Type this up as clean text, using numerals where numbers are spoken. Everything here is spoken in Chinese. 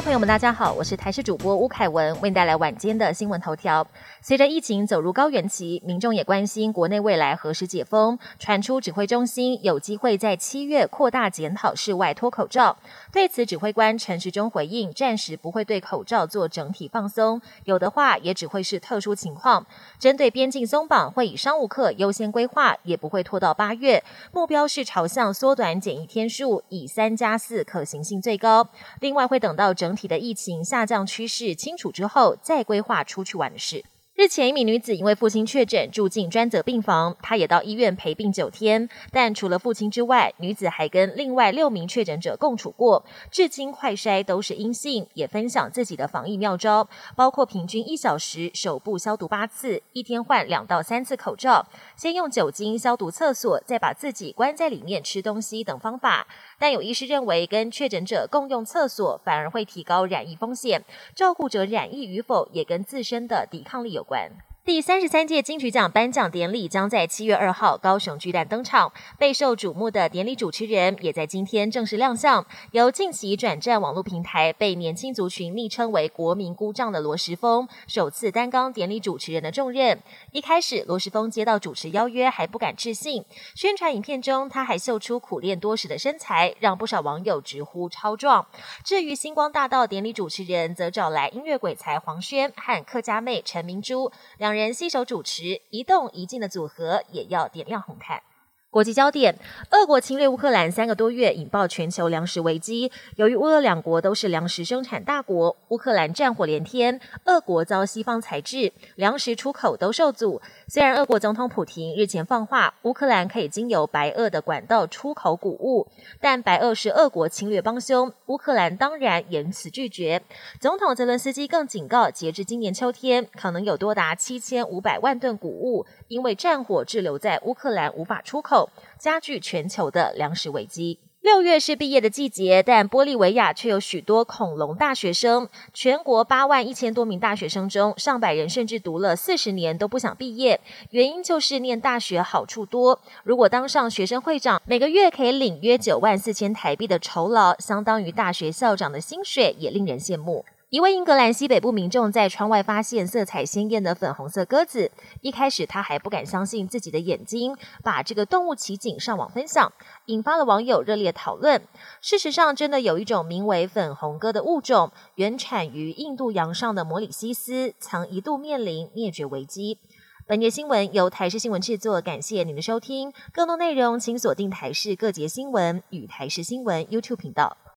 众朋友们大家好，我是台视主播吴凯文，为您带来晚间的新闻头条。随着疫情走入高原期，民众也关心国内未来何时解封，传出指挥中心有机会在7月扩大检讨室外脱口罩。对此，指挥官陈时中回应，暂时不会对口罩做整体放松，有的话也只会是特殊情况。针对边境松绑，会以商务客优先规划，也不会拖到8月，目标是朝向缩短检疫天数，以3+4可行性最高。另外会等到整体的疫情下降趋势清楚之后，再规划出去玩的事。日前，一名女子因为父亲确诊住进专责病房，她也到医院陪病9天。但除了父亲之外，女子还跟另外6名确诊者共处过，至今快筛都是阴性，也分享自己的防疫妙招，包括平均1小时手部消毒8次，一天换2到3次口罩，先用酒精消毒厕所，再把自己关在里面吃东西等方法。但有医师认为，跟确诊者共用厕所反而会提高染疫风险，照顾者染疫与否也跟自身的抵抗力有关。第33届金曲奖颁奖典礼将在7月2号高雄巨蛋登场，备受瞩目的典礼主持人也在今天正式亮相，由近期转战网络平台，被年轻族群昵称为国民姑丈的罗时丰首次担纲典礼主持人的重任。一开始罗时丰接到主持邀约还不敢置信，宣传影片中他还秀出苦练多时的身材，让不少网友直呼超壮。至于星光大道典礼主持人，则找来音乐鬼才黄轩和客家妹陈明珠，两人携手主持，一动一静的组合也要点亮红毯。国际焦点，俄国侵略乌克兰3个多月，引爆全球粮食危机。由于乌俄两国都是粮食生产大国，乌克兰战火连天，俄国遭西方裁制，粮食出口都受阻。虽然俄国总统普廷日前放话，乌克兰可以经由白俄的管道出口谷物，但白俄是俄国侵略帮凶，乌克兰当然严词拒绝。总统泽伦斯基更警告，截至今年秋天，可能有多达7500万吨谷物因为战火滞留在乌克兰无法出口，加剧全球的粮食危机。6月是毕业的季节，但玻利维亚却有许多恐龙大学生。全国81000多名大学生中，上百人甚至读了40年都不想毕业，原因就是念大学好处多。如果当上学生会长，每个月可以领约94000台币的酬劳，相当于大学校长的薪水，也令人羡慕。一位英格兰西北部民众在窗外发现色彩鲜艳的粉红色鸽子，一开始他还不敢相信自己的眼睛，把这个动物奇景上网分享，引发了网友热烈讨论。事实上，真的有一种名为粉红鸽的物种，原产于印度洋上的摩里西斯，曾一度面临灭绝危机。本节新闻由台视新闻制作，感谢您的收听。更多内容请锁定台视各节新闻与台视新闻 YouTube 频道。